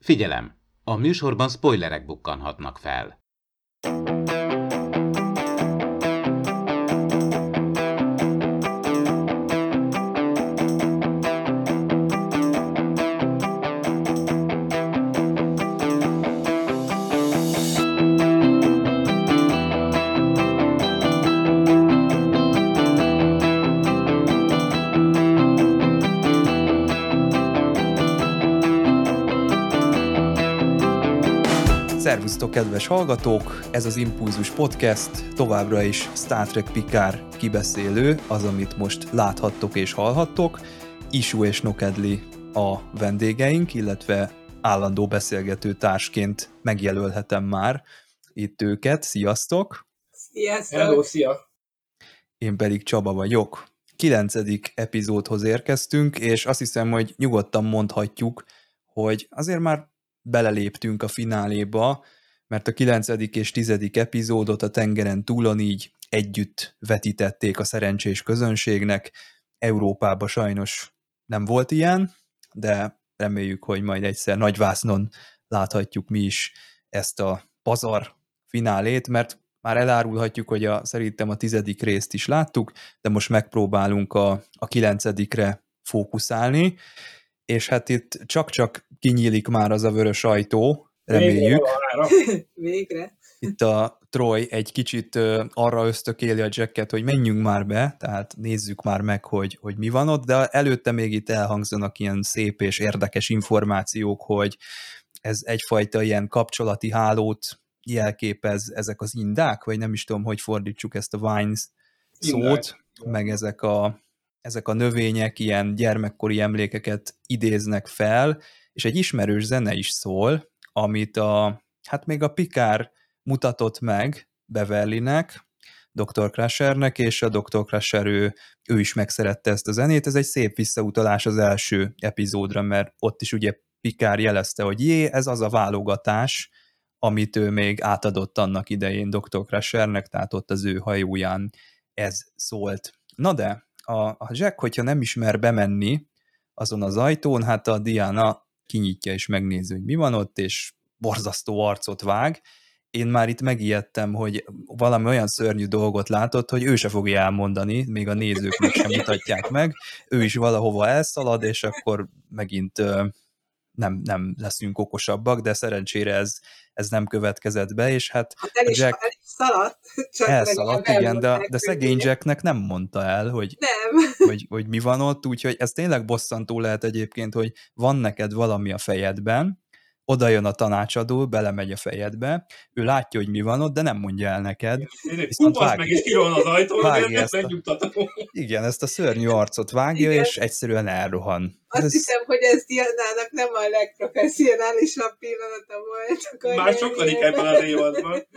Figyelem! A műsorban spoilerek bukkanhatnak fel. Szervusztok, kedves hallgatók! Ez az Impulzus Podcast, továbbra is Star Trek Picard kibeszélő, az, amit most láthattok és hallhattok. Isu és Nokedli a vendégeink, illetve állandó beszélgető társként megjelölhetem már itt őket. Sziasztok! Sziasztok! Hello, szia! Én pedig Csaba vagyok. 9. epizódhoz érkeztünk, és azt hiszem, hogy nyugodtan mondhatjuk, hogy azért már beleléptünk a fináléba, mert a 9. és 10. epizódot a tengeren túlon így együtt vetítették a szerencsés közönségnek. Európában sajnos nem volt ilyen, de reméljük, hogy majd egyszer nagyvásznon láthatjuk mi is ezt a pazar finálét, mert már elárulhatjuk, hogy szerintem a 10. részt is láttuk, de most megpróbálunk a 9-re fókuszálni, és hát itt csak-csak kinyílik már az a vörös ajtó, reméljük. Végre. Itt a Troy egy kicsit arra ösztökéli a Jacket, hogy menjünk már be, tehát nézzük már meg, hogy mi van ott, de előtte még itt elhangzanak ilyen szép és érdekes információk, hogy ez egyfajta ilyen kapcsolati hálót jelképez ezek az indák, vagy nem is tudom, hogy fordítsuk ezt a Vines szót, meg ezek a növények ilyen gyermekkori emlékeket idéznek fel, és egy ismerős zene is szól, amit még a Picard mutatott meg Beverlynek, Dr. Crushernek, és a Dr. Crusher ő is megszerette ezt a zenét. Ez egy szép visszautalás az első epizódra, mert ott is ugye Picard jelezte, hogy ez az a válogatás, amit ő még átadott annak idején Dr. Crushernek, tehát ott az ő hajóján ez szólt. Na de, a Jack, hogyha nem ismer bemenni azon az ajtón, hát a Diana kinyitja és megnézi, hogy mi van ott, és borzasztó arcot vág. Én már itt megijedtem, hogy valami olyan szörnyű dolgot látott, hogy ő se fogja elmondani, még a nézőknek sem mutatják meg. Ő is valahova elszalad, és akkor megint nem leszünk okosabbak, de szerencsére ez nem következett be, és hát el is szaladt. Elszaladt, igen, de szegény Jacknek nem mondta el, hogy mi van ott, úgyhogy ez tényleg bosszantó lehet egyébként, hogy van neked valami a fejedben, oda jön a tanácsadó, belemegy a fejedbe, ő látja, hogy mi van ott, de nem mondja el neked. Viszont meg is kirol az ajtón, de megnyugtatom. Igen, ezt a szörnyű arcot vágja, igen. És egyszerűen elrohan. Azt hiszem, hogy ez Dianának nem a legprofesszionálisabb pillanata volt. Már sokadik ebben az évadban.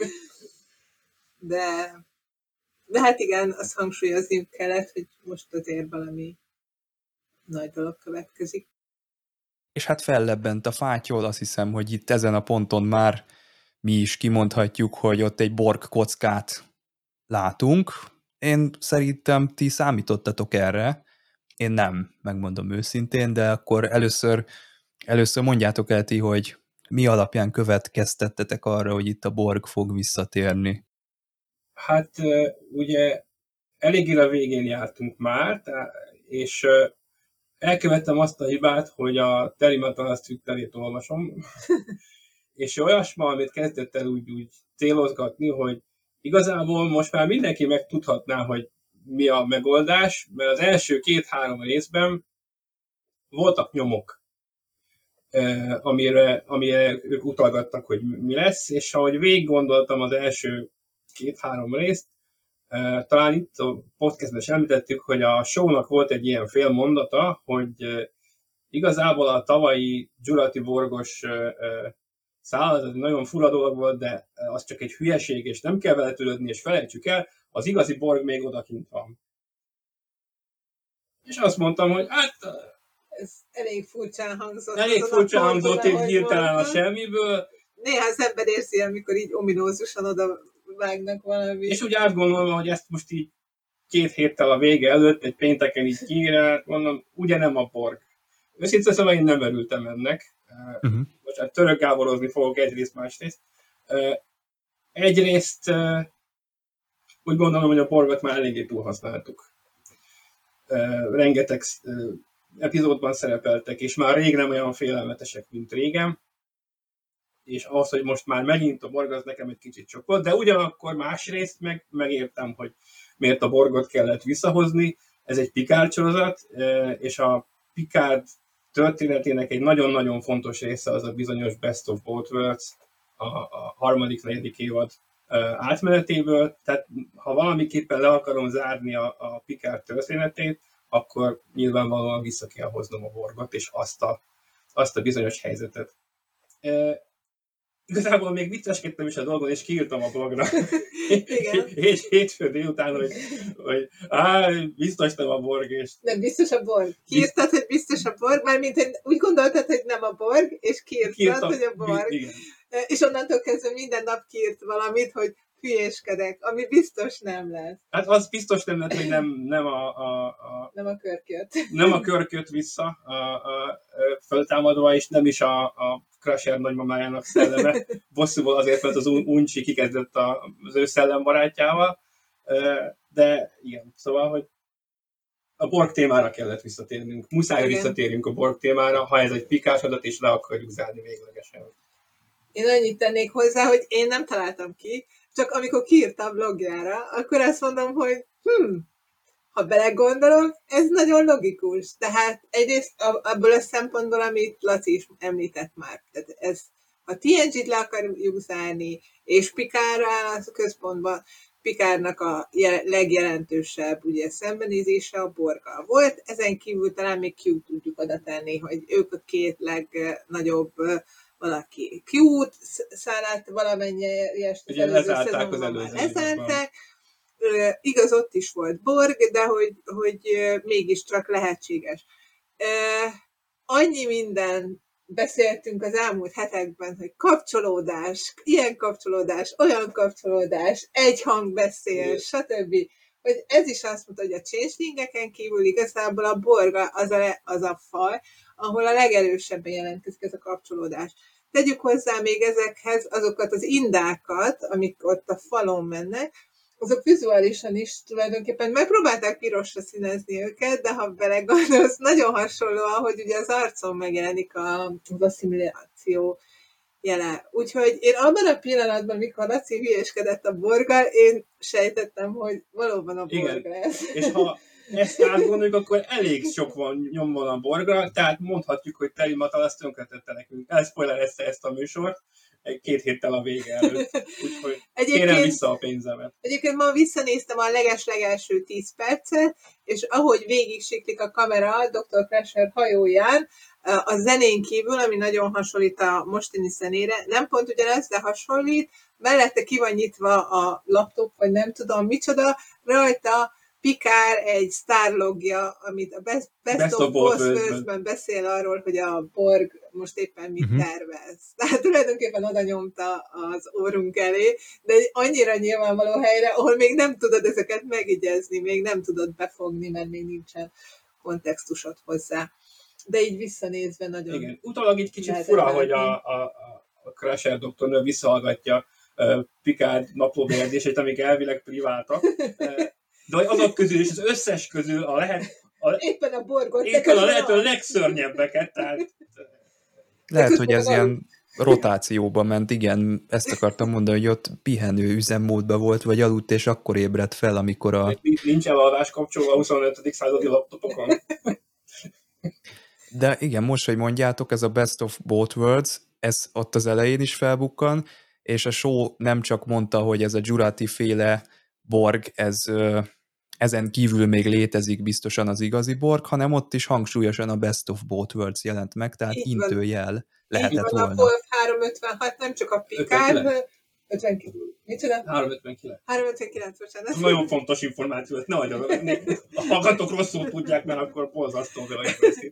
De hát igen, azt hangsúlyozni kellett, hogy most azért valami nagy dolog következik. És hát fellebbent a fátyol, azt hiszem, hogy itt ezen a ponton már mi is kimondhatjuk, hogy ott egy Borg kockát látunk. Én szerintem ti számítottatok erre, én nem, megmondom őszintén, de akkor először mondjátok el ti, hogy mi alapján következtettetek arra, hogy itt a Borg fog visszatérni. Hát ugye eléggé a végén jártunk már, és elkövettem azt a hibát, hogy a Terimatalast Twitterét olvasom, és olyasma, amit kezdett el úgy célozgatni, hogy igazából most már mindenki megtudhatná, hogy mi a megoldás, mert az első 2-3 részben voltak nyomok, amire ők utalgattak, hogy mi lesz, és ahogy végig gondoltam az első 2-3 részt, talán itt a podcastben is említettük, hogy a shownak volt egy ilyen fél mondata, hogy igazából a tavalyi Jurati Borgos szállat nagyon fura dolog volt, de az csak egy hülyeség, és nem kell vele törődni, és felejtsük el, az igazi Borg még odakint van. És azt mondtam, hogy hát... Ez elég furcsán hangzott. Elég furcsán hangzott, így hirtelen a semmiből. Néha az ember érzi, amikor így ominózusan oda vágnak valami. És úgy átgondolva, hogy ezt most így 2 héttel a vége előtt, egy pénteken így kiírt, mondom, ugye nem a Borg. Őszintén szóval én nem örültem ennek, bocsánat, török gáborozni fogok egyrészt, másrészt. Egyrészt úgy gondolom, hogy a Borgot már eléggé túlhasználtuk. Rengeteg epizódban szerepeltek, és már rég nem olyan félelmetesek, mint régen. És ahhoz, hogy most már megint a Borg, az nekem egy kicsit sok volt, de ugyanakkor másrészt megértem, hogy miért a Borgot kellett visszahozni. Ez egy Picard sorozat, és a Picard történetének egy nagyon-nagyon fontos része az a bizonyos Best of Both Worlds, a harmadik, negyedik évad átmenetéből. Tehát ha valamiképpen le akarom zárni a Picard történetét, akkor nyilvánvalóan vissza kell hoznom a Borgot, és azt a bizonyos helyzetet. Igazából még vicceskedtem is a dolgon, és kiírtam a blogra. És hétfő délután, hogy biztos nem a Borg. És... Nem biztos a Borg. Kiírtad, hogy biztos a Borg, mármint hogy úgy gondoltad, hogy nem a Borg, és kiírtad, hogy a Borg. Igen. És onnantól kezdve minden nap kiírt valamit, hogy hülyéskedek, ami biztos nem lesz. Hát az biztos nem lett, hogy nem nem a Kirk jött. Nem a Kirk jött vissza föltámadva, és nem is a Crusher nagymamájának szelleme. Bosszúból azért, mert az Uncsi kikezdett az ő szellembarátjával. De igen, szóval, hogy a Borg témára kellett visszatérnünk. Muszáj, hogy visszatérjünk a Borg témára, ha ez egy Picard adat, és le akarjuk zárni véglegesen. Én annyit tennék hozzá, hogy én nem találtam ki, csak amikor kiírtam blogjára, akkor azt mondom, hogy ha belegondolok, ez nagyon logikus. Tehát egyrészt abból a szempontból, amit Laci is említett már. Tehát ez, ha TNG-t le akarjuk zárni, és Picard áll a központban, Picardnak a legjelentősebb ugye, szembenézése a Borggal volt. Ezen kívül talán még Q-t tudjuk oda tenni, hogy ők a két legnagyobb valaki Q-t szállát valamennyire ugye lezárták az lezárták. Igaz, ott is volt Borg, de hogy mégiscsak lehetséges. Annyi minden beszéltünk az elmúlt hetekben, hogy kapcsolódás, ilyen kapcsolódás, olyan kapcsolódás, egy hang beszél, stb. Hogy ez is azt mondta, hogy a changelingeken kívül igazából a Borg az a faj, ahol a legerősebben jelentkezik ez a kapcsolódás. Tegyük hozzá még ezekhez azokat az indákat, amik ott a falon mennek, azok vizuálisan is tulajdonképpen megpróbálták pirosra színezni őket, de ha belegondolsz, nagyon hasonló, ahogy ugye az arcon megjelenik az asszimiláció jele. Úgyhogy én abban a pillanatban, mikor Laci hülyéskedett a Borggal, én sejtettem, hogy valóban a Borg lesz. És ha ezt átgondoljuk, akkor elég sok nyom van a Borgra, tehát mondhatjuk, hogy Terry Matalas tönkretette nekünk. Elspoilerezte ezt a műsort 2 héttel a vége előtt. Úgyhogy kérem vissza a pénzemet. Egyébként ma visszanéztem a legelső 10 percet, és ahogy végig siklik a kamera Dr. Crusher hajóján, a zenén kívül, ami nagyon hasonlít a mostani zenére, nem pont ugyanaz, de hasonlít, mellette ki van nyitva a laptop, vagy nem tudom micsoda, rajta Picard egy sztárlogja, amit a Best of Both Worlds-ben beszél arról, hogy a Borg most éppen mit tervez. Tehát tulajdonképpen oda nyomta az orrunk elé, de egy annyira nyilvánvaló helyre, ahol még nem tudod ezeket megigyezni, még nem tudod befogni, mert még nincsen kontextusod hozzá. De így visszanézve nagyon... Igen, utólag így kicsit fura, hogy a Crusher doktornő visszahallgatja Picard naplóbejegyzését, amik elvileg privátak. De azok közül és az összes közül éppen a Borgot éppen a lehető legszörnyebbeket. Tehát... Lehet, hogy ez ilyen rotációban ment, igen, ezt akartam mondani, hogy ott pihenő üzemmódban volt, vagy aludt, és akkor ébredt fel, amikor a... Nincs elalvás kapcsolva a 25. századi laptopokon? De igen, most, hogy mondjátok, ez a Best of Both Worlds, ez ott az elején is felbukkan, és a show nem csak mondta, hogy ez a Jurati féle Borg, ezen kívül még létezik biztosan az igazi Borg, hanem ott is hangsúlyosan a Best of Both Worlds jelent meg, tehát intőjel lehetett volna. A Borg 356, nem csak a Picard, 59. Mit tudom? 359. 359, bocsánat. Nagyon fontos információ, ne agyanak. A hallgatók rosszul tudják, mert akkor borzasztó vele beszél.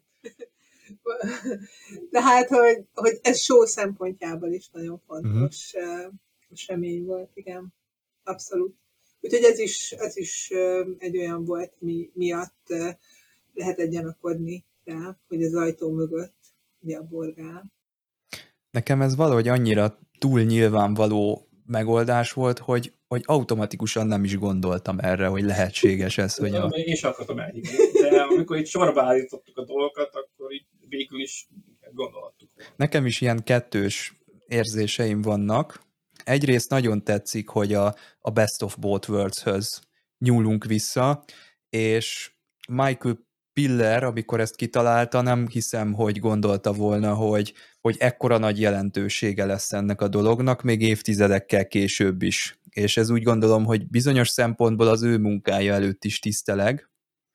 Tehát, hogy ez show szempontjából is nagyon fontos esemény volt, igen. Abszolút. Úgyhogy ez is egy olyan volt, miatt lehetett gyanakodni rá, hogy az ajtó mögött ugye a Borg áll. Nekem ez valahogy annyira túl nyilvánvaló megoldás volt, hogy automatikusan nem is gondoltam erre, hogy lehetséges ez, hogy Én sem akartam elhívni, de amikor itt sorba állítottuk a dolgokat, akkor így végül is gondoltuk. Nekem is ilyen kettős érzéseim vannak. Egyrészt nagyon tetszik, hogy a Best of Both Worlds-höz nyúlunk vissza, és Michael Piller, amikor ezt kitalálta, nem hiszem, hogy gondolta volna, hogy ekkora nagy jelentősége lesz ennek a dolognak, még évtizedekkel később is. És ez úgy gondolom, hogy bizonyos szempontból az ő munkája előtt is tiszteleg,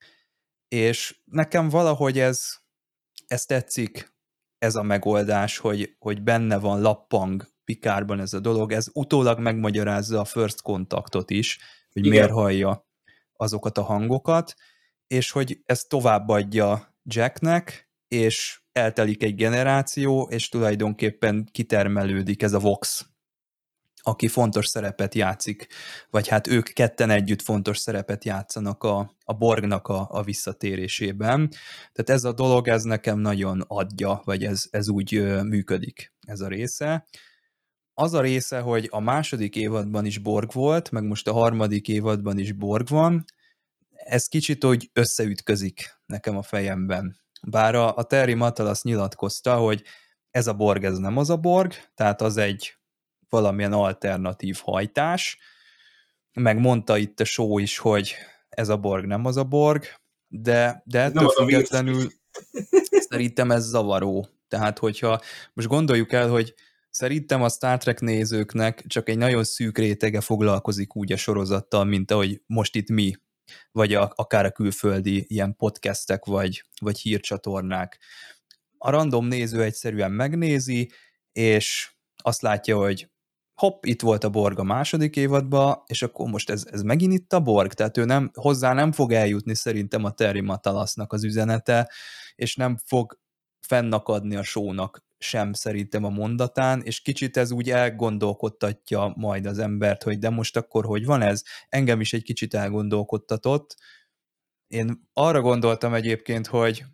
és nekem valahogy ez tetszik, ez a megoldás, hogy benne van lappang Picardban ez a dolog, ez utólag megmagyarázza a First Contactot is, hogy Igen. miért hallja azokat a hangokat, és hogy ezt továbbadja Jacknek, és eltelik egy generáció, és tulajdonképpen kitermelődik ez a Vox, aki fontos szerepet játszik, vagy hát ők ketten együtt fontos szerepet játszanak a Borgnak a visszatérésében. Tehát ez a dolog, ez nekem nagyon adja, vagy ez úgy működik, ez a része. Az a része, hogy a második évadban is Borg volt, meg most a harmadik évadban is Borg van, ez kicsit úgy összeütközik nekem a fejemben. Bár a Terry Matalas nyilatkozta, hogy ez a Borg, ez nem az a Borg, tehát az egy valamilyen alternatív hajtás, meg mondta itt a show is, hogy ez a Borg nem az a Borg, de ettől függetlenül szerintem ez zavaró. Tehát, hogyha most gondoljuk el, hogy szerintem a Star Trek nézőknek csak egy nagyon szűk rétege foglalkozik úgy a sorozattal, mint ahogy most itt mi, vagy akár a külföldi ilyen podcastek, vagy hírcsatornák. A random néző egyszerűen megnézi, és azt látja, hogy hopp, itt volt a Borg a második évadban, és akkor most ez megint itt a Borg, tehát ő hozzá nem fog eljutni szerintem a Terry Matalasnak az üzenete, és nem fog fennakadni a show-nak sem szerintem a mondatán, és kicsit ez úgy elgondolkodtatja majd az embert, hogy de most akkor hogy van ez? Engem is egy kicsit elgondolkodtatott. Én arra gondoltam egyébként, hogy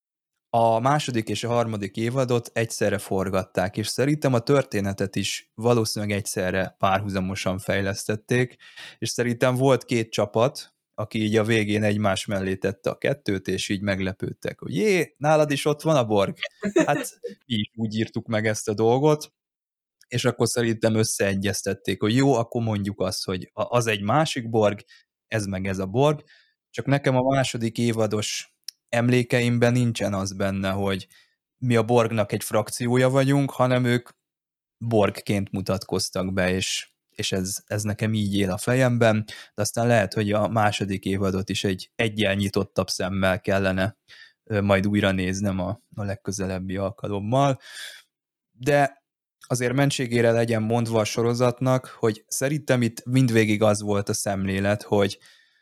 a második és a harmadik évadot egyszerre forgatták, és szerintem a történetet is valószínűleg egyszerre párhuzamosan fejlesztették, és szerintem volt két csapat, aki így a végén egymás mellé tette a kettőt, és így meglepődtek, hogy jé, nálad is ott van a Borg? Hát mi is úgy írtuk meg ezt a dolgot, és akkor szerintem összeegyeztették, hogy jó, akkor mondjuk azt, hogy az egy másik Borg, ez meg ez a Borg, csak nekem a második évados emlékeimben nincsen az benne, hogy mi a Borgnak egy frakciója vagyunk, hanem ők Borgként mutatkoztak be, és ez nekem így él a fejemben, de aztán lehet, hogy a második évadot is egy eggyel nyitottabb szemmel kellene majd újra néznem a legközelebbi alkalommal, de azért mentségére legyen mondva a sorozatnak, hogy szerintem itt mindvégig az volt a szemlélet, hogy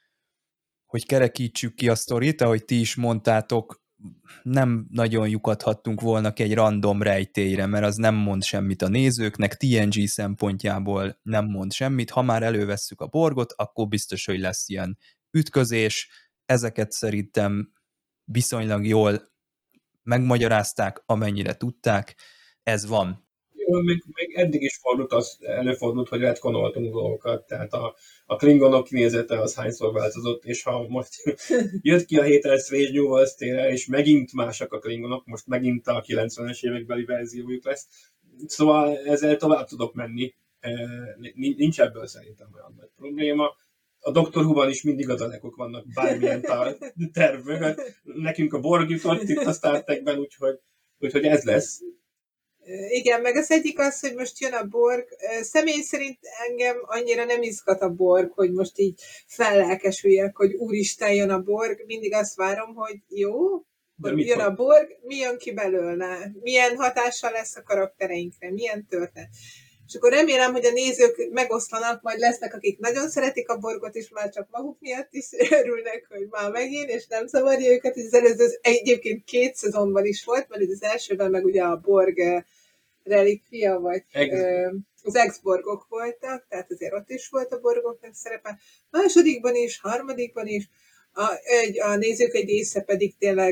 kerekítsük ki a sztorit, ahogy ti is mondtátok, nem nagyon lyukadhattunk volna ki egy random rejtélyre, mert az nem mond semmit a nézőknek, TNG szempontjából nem mond semmit. Ha már elővesszük a Borgot, akkor biztos, hogy lesz ilyen ütközés. Ezeket szerintem viszonylag jól megmagyarázták, amennyire tudták. Ez van. Jó, még eddig is előfordult, hogy retkonoltunk dolgokat, tehát a Klingonok kinézete az hányszor változott, és ha most jött ki a héten Strange New Worlds tére, és megint másak a Klingonok, most megint a 90-es évekbeli verziójuk lesz, szóval ezzel tovább tudok menni, nincs ebből szerintem olyan nagy probléma. A Doctor Who-ban is mindig a dalekok vannak bármilyen terv mögött, nekünk a Borg jutott itt a Star Trekben, úgyhogy ez lesz. Igen, meg az egyik az, hogy most jön a Borg. Személy szerint engem annyira nem izgat a Borg, hogy most így fellelkesüljek, hogy úristen, jön a Borg. Mindig azt várom, hogy jó, hogy jön a Borg, mi jön ki belőle, milyen hatással lesz a karaktereinkre, milyen történet. És akkor remélem, hogy a nézők megoszlanak, majd lesznek, akik nagyon szeretik a Borgot, és már csak maguk miatt is örülnek, hogy már megint, és nem zavarja őket. Az előző egyébként 2 szezonban is volt, mert az elsőben meg ugye a Borg relikvia, vagy az ex-Borgok voltak, tehát azért ott is volt a Borgoknak szerepe. Másodikban is, harmadikban is. A nézők egy része pedig tényleg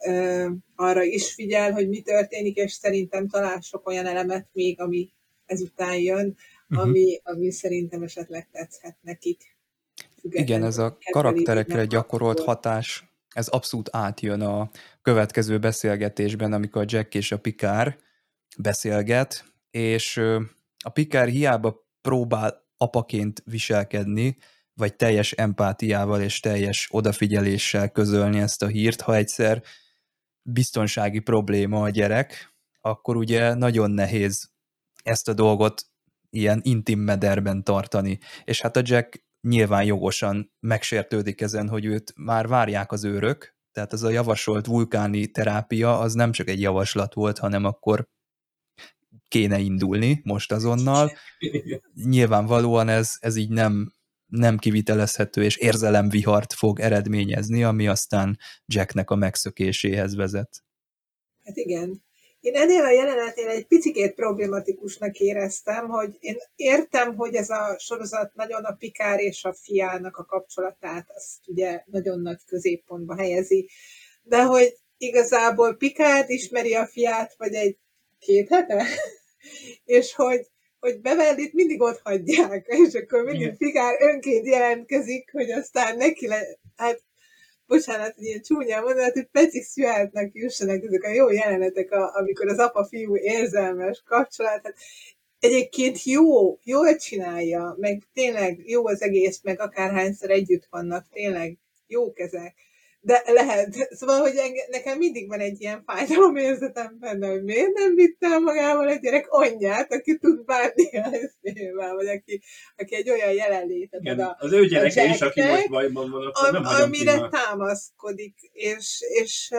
arra is figyel, hogy mi történik, és szerintem talál sok olyan elemet még, ami ezután jön, ami szerintem esetleg tetszhet nekik. Igen, ez a karakterekre gyakorolt hatás, ez abszolút átjön a következő beszélgetésben, amikor a Jack és a Picard beszélget, és a Picard hiába próbál apaként viselkedni, vagy teljes empátiával és teljes odafigyeléssel közölni ezt a hírt, ha egyszer biztonsági probléma a gyerek, akkor ugye nagyon nehéz ezt a dolgot ilyen intim mederben tartani. És hát a Jack nyilván jogosan megsértődik ezen, hogy őt már várják az őrök, tehát ez a javasolt vulkáni terápia az nem csak egy javaslat volt, hanem akkor kéne indulni most azonnal. Nyilvánvalóan ez így nem kivitelezhető, és érzelemvihart fog eredményezni, ami aztán Jacknek a megszökéséhez vezet. Hát igen. Én ennél a jelenetnél egy picikét problematikusnak éreztem, hogy én értem, hogy ez a sorozat nagyon a Picard és a fiának a kapcsolatát, azt ugye nagyon nagy középpontba helyezi, de hogy igazából Picard ismeri a fiát, vagy egy 2 hete, és hogy Beverlyt mindig ott hagyják, és akkor mindig Picard önként jelentkezik, hogy aztán neki hát bocsánat, hogy ilyen csúnyán mondom, hogy Patrick Stewartnak jussanak ezek a jó jelenetek, amikor az apa-fiú érzelmes kapcsolat. Hát egyébként jól csinálja, meg tényleg jó az egész, meg akárhányszor együtt vannak, tényleg jók ezek. De lehet, szóval, hogy nekem mindig van egy ilyen fájdalomérzetem benne, hogy miért nem vitte el magával egy gyerek anyját, aki tud bánni a eszével, vagy aki egy olyan jelenlétet ad az ő gyereke is, aki most bajban van, akkor nem amire támaszkodik, és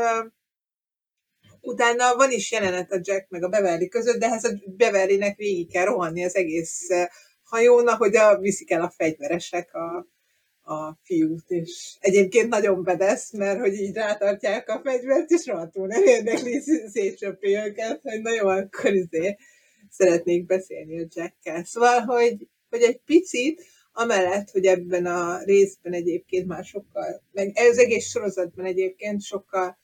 utána van is jelenet a Jack meg a Beverly között, de ez a Beverlynek végig kell rohanni az egész hajón, ahogy viszik el a fegyveresek a fiút, és egyébként nagyon bedesz, mert hogy így rátartják a fegyvert, és rohadtul nem érdekli, szétcsöpri őket, hogy na jó, akkor szeretnék beszélni a Jackkel. Szóval, hogy egy picit, amellett, hogy ebben a részben egyébként már sokkal, meg az egész sorozatban egyébként sokkal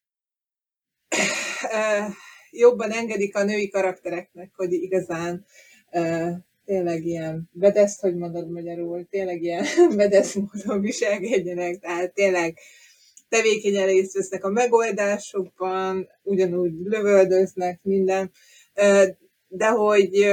jobban engedik a női karaktereknek, hogy igazán tényleg ilyen bedeszt, hogy mondod magyarul, tényleg ilyen bedeszt módon viselkedjenek, tehát tényleg tevékenyen részt vesznek a megoldásokban, ugyanúgy lövöldöznek minden, de hogy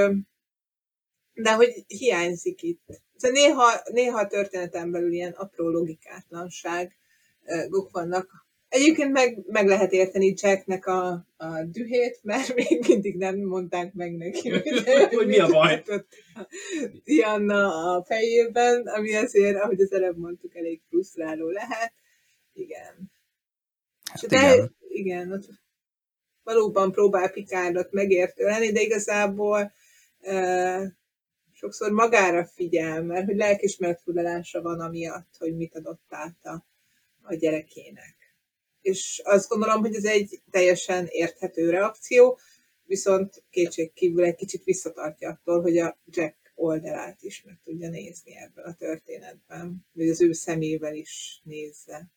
hiányzik itt. Szóval néha a történeten belül ilyen apró logikátlanságok vannak. Egyébként meg lehet érteni Jacknek a dühét, mert még mindig nem mondták meg neki, hogy mi a baj. Diana a fejében, ami azért, ahogy az előbb mondtuk, elég frusztráló lehet. Igen. Hát igen, ott valóban próbál Picardot megértő lenni, de igazából sokszor magára figyel, mert hogy lelkiismeretfurdalása van amiatt, hogy mit adott át a gyerekének. És azt gondolom, hogy ez egy teljesen érthető reakció, viszont kétségkívül egy kicsit visszatartja attól, hogy a Jack oldalát is meg tudja nézni ebben a történetben, vagy az ő szemével is nézze.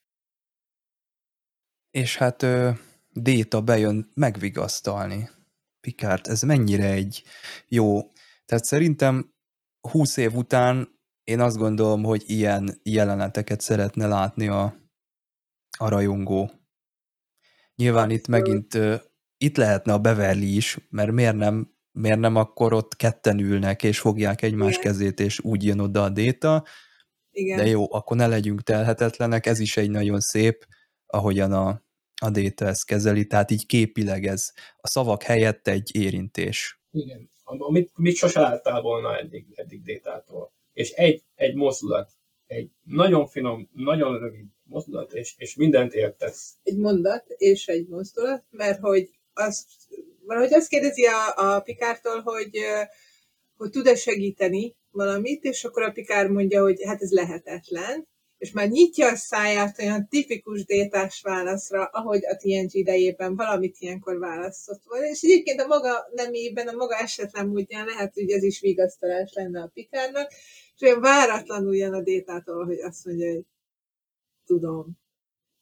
És hát Data bejön megvigasztalni. Picard, ez mennyire egy jó... Tehát szerintem 20 év után én azt gondolom, hogy ilyen jeleneteket szeretne látni a rajongó. Nyilván itt megint itt lehetne a Beverly is, mert miért nem akkor ott ketten ülnek, és fogják egymás kezét, és úgy jön oda a Data. Igen. De jó, akkor ne legyünk telhetetlenek, ez is egy nagyon szép, ahogyan a Data ezt kezeli, tehát így képileg ez a szavak helyett egy érintés. Igen, amit sose láttál volna eddig Dátától. És egy mozdulat, egy nagyon finom, nagyon rövid mozdulat, és mindent értesz. Egy mondat és egy mozdulat, mert hogy valahogy azt kérdezi a Picardtól, hogy tud-e segíteni valamit, és akkor a Picard mondja, hogy hát ez lehetetlen, és már nyitja a száját olyan tipikus Dátás válaszra, ahogy a TNG idejében valamit ilyenkor választott volna, és egyébként a maga nemében, a maga esetlen módján lehet, hogy ez is vigasztalás lenne a Picardnak, és olyan váratlanul jön a Dátától, hogy azt mondja, hogy tudom.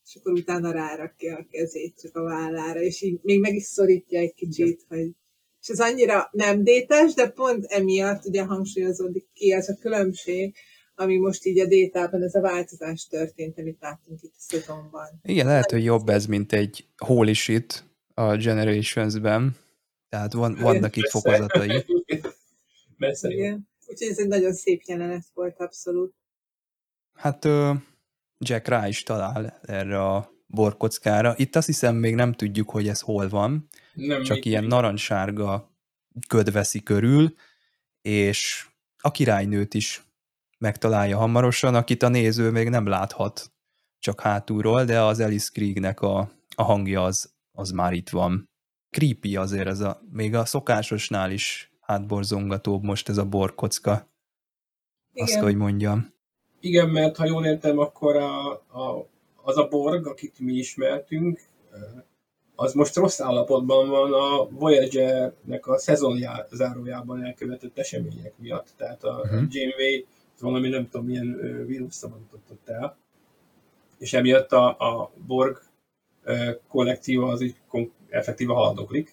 és akkor utána rárakja a kezét csak a vállára, és így még meg is szorítja egy kicsit, hogy... És ez annyira nem détes, de pont emiatt ugye hangsúlyozódik ki ez a különbség, ami most így a détában, ez a változás történt, amit láttunk itt a szezonban. Igen, lehet, hogy jobb ez, mint egy holy shit a Generations-ben, tehát vannak itt fokozatai. Messze jó. Igen. Úgyhogy ez egy nagyon szép jelenet volt, abszolút. Hát Jack rá is talál erre a borkockára. Itt azt hiszem még nem tudjuk, hogy ez hol van, Nem, csak még ilyen még. narancssárga köd veszi körül, és a királynőt is megtalálja hamarosan, akit a néző még nem láthat csak hátulról, de az Alice Kriegnek a hangja az már itt van. Creepy azért ez még a szokásosnál is hátborzongatóbb most ez a borkocka. Azt, Igen. hogy mondjam. Igen, mert ha jól értem, akkor az a Borg, akit mi ismertünk, az most rossz állapotban van a Voyager-nek a szezonzárójában elkövetett események miatt. Tehát a Janeway valami nem tudom milyen vírus szabadított el. És emiatt a Borg kollektíva az így effektíve haldoklik.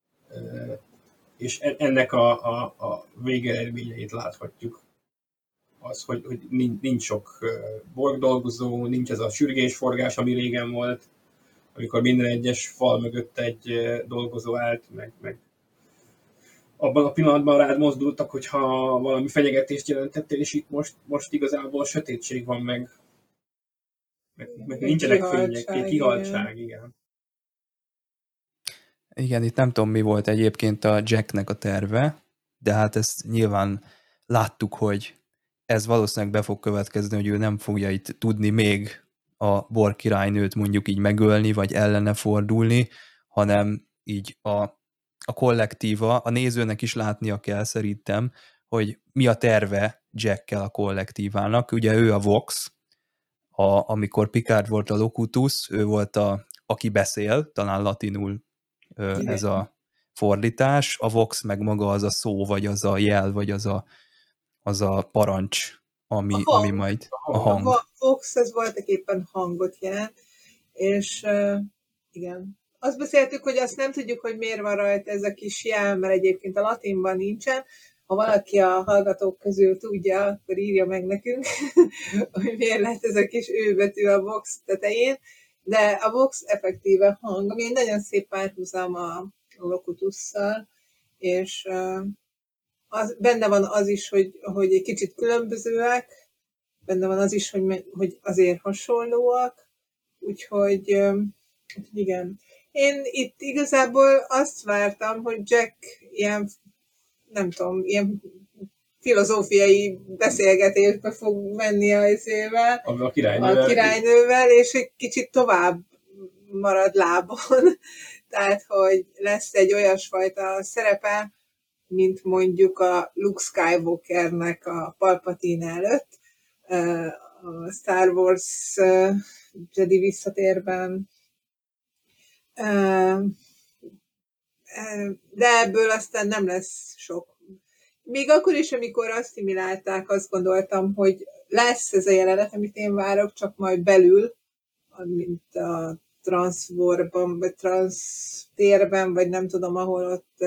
És ennek a végeredményeit láthatjuk. Az, hogy nincs sok Borg dolgozó, nincs ez a sürgésforgás, ami régen volt, amikor minden egyes fal mögött egy dolgozó állt, meg abban a pillanatban rád mozdultak, hogyha valami fenyegetést jelentettél, és itt most igazából sötétség van, meg nincsenek fények, kihaltság, igen. Igen, itt nem tudom, mi volt egyébként a Jacknek a terve, de hát ezt nyilván láttuk, hogy ez valószínűleg be fog következni, hogy ő nem fogja itt tudni még a Borg királynőt mondjuk így megölni, vagy ellene fordulni, hanem így a kollektíva, a nézőnek is látnia kell szerintem, hogy mi a terve Jackkel a kollektívának. Ugye ő a Vox, amikor Picard volt a Locutus, ő volt aki beszél, talán latinul ez a fordítás, a Vox meg maga az a szó, vagy az a jel, vagy az a parancs, ami majd a hang. A Vox, ez voltak éppen hangot jelent, és igen. Azt beszéltük, hogy azt nem tudjuk, hogy miért van rajta ez a kis jel, mert egyébként a latinban nincsen. Ha valaki a hallgatók közül tudja, akkor írja meg nekünk, hogy miért lett ez a kis őbetű a Vox tetején. De a Vox effektíve hang, ami egy nagyon szép párhuzam a Locutusszal, és benne van az is, hogy egy kicsit különbözőek, benne van az is, hogy azért hasonlóak, úgyhogy igen. Én itt igazából azt vártam, hogy Jack ilyen, nem tudom, ilyen filozófiai beszélgetésbe fog menni a királynővel, és egy kicsit tovább marad lábon. Tehát, hogy lesz egy olyasfajta szerepe, mint mondjuk a Luke Skywalkernek a Palpatine előtt, a Star Wars Jedi visszatérben. De ebből aztán nem lesz sok. Még akkor is, amikor asszimilálták, azt gondoltam, hogy lesz ez a jelenet, amit én várok, csak majd belül, mint a Transwarban, vagy Transtérben, vagy nem tudom, ahol ott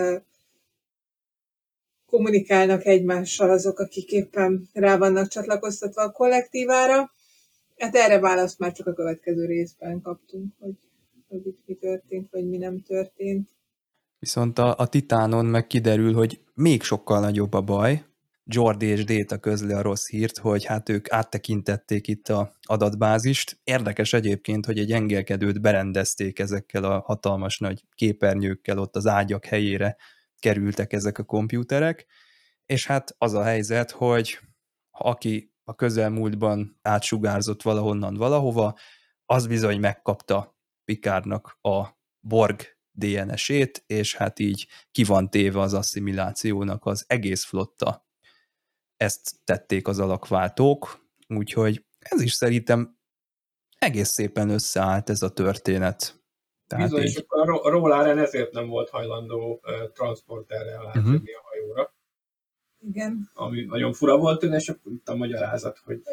kommunikálnak egymással azok, akik éppen rá vannak csatlakoztatva a kollektívára. Hát erre választ már csak a következő részben kaptunk, hogy itt mi történt, vagy mi nem történt. Viszont a Titánon meg kiderül, hogy még sokkal nagyobb a baj. Geordi és Data közli a rossz hírt, hogy hát ők áttekintették itt a adatbázist. Érdekes egyébként, hogy egy engelkedőt berendezték ezekkel a hatalmas nagy képernyőkkel, ott az ágyak helyére kerültek ezek a kompjúterek, és hát az a helyzet, hogy aki a közelmúltban átsugárzott valahonnan valahova, az bizony megkapta Picardnak a Borg DNS-ét, és hát így ki van téve az asszimilációnak az egész flotta. Ezt tették az alakváltók, úgyhogy ez is szerintem egész szépen összeállt ez a történet. Tehát bizony, és akkor a Rolaren ezért nem volt hajlandó transporterrel átvenni a hajóra. Igen. Ami nagyon fura volt, és akkor itt a magyarázat, hogy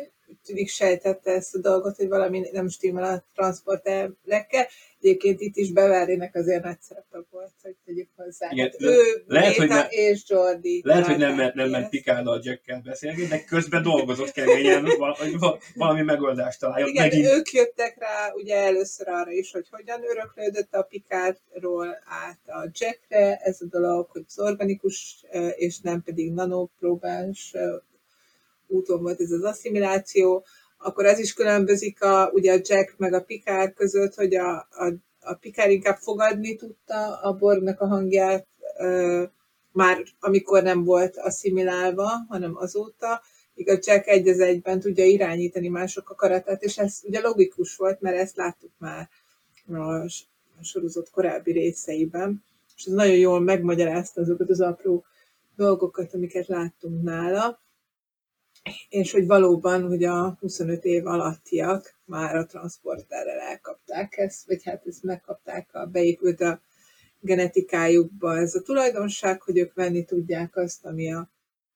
tűnik sejtette ezt a dolgot, hogy valami nem stimmel a transporterekkel. Egyébként itt is Beverlynek azért nagy szerepe volt, hogy tegyük hozzá. Igen, Hát ő, lehet, hogy Beta ne- és Jordi. Lehet, hogy nem találták ment ezt. Picard-dal Jackkel beszélni, de közben dolgozott keményen, hogy valami megoldást találjon. Igen, Megint ők jöttek rá ugye először arra is, hogy hogyan öröklődött a Picardról át a Jackre ez a dolog, hogy az organikus és nem pedig nanopróbás úton volt ez az asszimiláció. Akkor az is különbözik ugye a Jack meg a Picard között, hogy a Picard inkább fogadni tudta a Borgnak a hangját, már amikor nem volt asszimilálva, hanem azóta, míg a Jack egy az egyben tudja irányítani mások akaratát, és ez ugye logikus volt, mert ezt láttuk már a sorozat korábbi részeiben, és ez nagyon jól megmagyarázta azokat az apró dolgokat, amiket láttunk nála, és hogy valóban, hogy a 25 év alattiak már a transporterrel elkapták ezt, vagy hát ezt megkapták, beépült a genetikájukba ez a tulajdonság, hogy ők venni tudják azt, amit a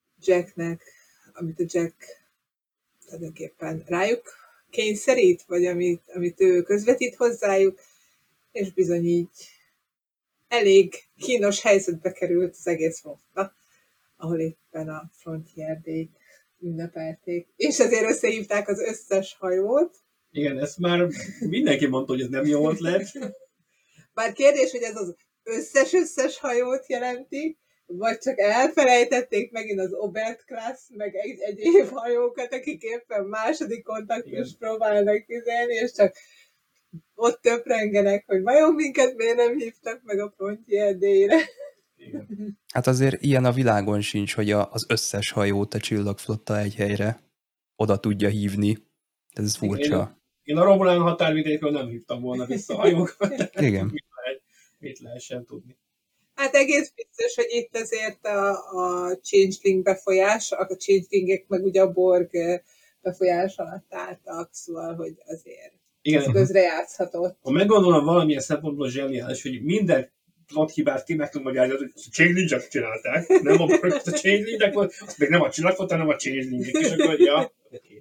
Jack tulajdonképpen rájuk kényszerít, vagy amit ő közvetít hozzájuk, és bizony így elég kínos helyzetbe került az egész flotta, ahol éppen a Frontier Day-t ünnepelték, és ezért összehívták az összes hajót. igen, ezt már mindenki mondta, hogy ez nem jó ötlet. Bár kérdés, hogy ez az összes hajót jelenti, vagy csak elfelejtették megint az Obert Class, meg egyéb hajókat, akik éppen második kontaktust próbálnak fizelni, és csak ott töprengenek, hogy vajon minket miért nem hívtak meg a Frontier Day-re. Igen. Hát azért ilyen a világon sincs, hogy az összes hajót a csillagflotta egy helyre oda tudja hívni. Ez furcsa. Én a Romulán határvidékről nem hívtam volna vissza a hajókat. Igen. Mit lehessen tudni. Hát egész biztos, hogy itt azért a changeling befolyás, a changelingek meg ugye a Borg befolyás alatt álltak, szóval, hogy azért Igen, közrejátszhatott. ha meggondolom valamilyen szempontból zseniális, hogy minden plot hibát ki meg tudom magyarázni, hogy a changelingek csinálták, nem a changelingek volt, azt még nem a csillagfot, hanem a changelingek, és akkor, ja, oké.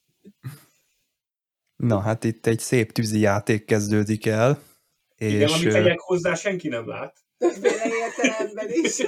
Na, hát itt egy szép tűzi játék kezdődik el. Igen, És amit tegyek hozzá, senki nem lát. Többféle értelemben is.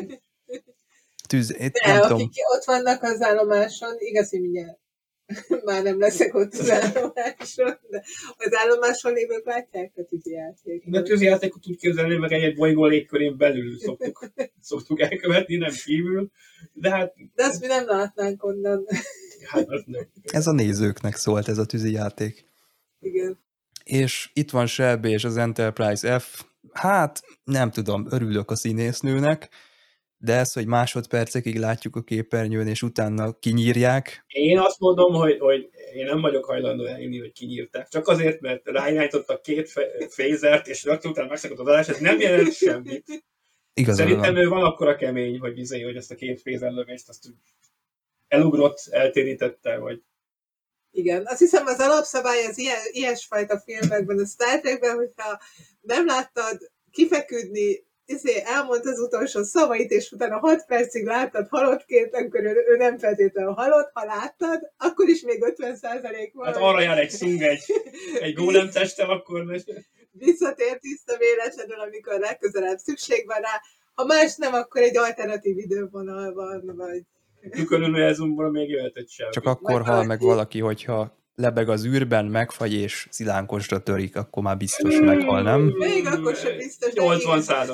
nem De tudom, akik ott vannak az állomáson, igaz, hogy mindjárt már nem leszek ott az állomáson, de az állomáson lévők látják a tűzi játékot. De tűzijátékot úgy képzelni, meg egy bolygó légkörén belül szoktuk elkövetni, nem kívül. De hát... De azt mi nem látnánk onnan. Hát az nem. ez a nézőknek szólt ez a tűzi játék. Igen. És itt van Shelby és az Enterprise F. Hát, nem tudom, örülök a színésznőnek, de ez, hogy másodpercekig látjuk a képernyőn, és utána kinyírják. Én azt mondom, hogy én nem vagyok hajlandó elhinni, hogy kinyírták. Csak azért, mert ráirányítottak két fézert, és rögtön utána megszakadt az adás, ez nem jelent semmit. Igazán Szerintem van. ő van akkora kemény, hogy ezt a két fézerlövést azt elugrott, eltérítette, vagy... Igen. Azt hiszem az alapszabály az ilyesfajta filmekben, a Star Trekben, hogyha nem láttad kifeküdni, elmondta az utolsó szavait, és utána 6 percig láttad halottként, amikor ő nem feltétlenül halott, ha láttad, akkor is még 50% van. Hát arra jár egy szung egy gólem testtel, akkor... Visszatér tiszta véletlenül, amikor legközelebb szükség van rá. Ha más nem, akkor egy alternatív idővonal van, vagy... Tüköruniverzumból még jöhetett sem. Csak akkor hal meg valaki, hogyha lebeg az űrben, megfagy és szilánkosra törik, akkor már biztos meghal, nem? Még akkor sem biztos. 80%.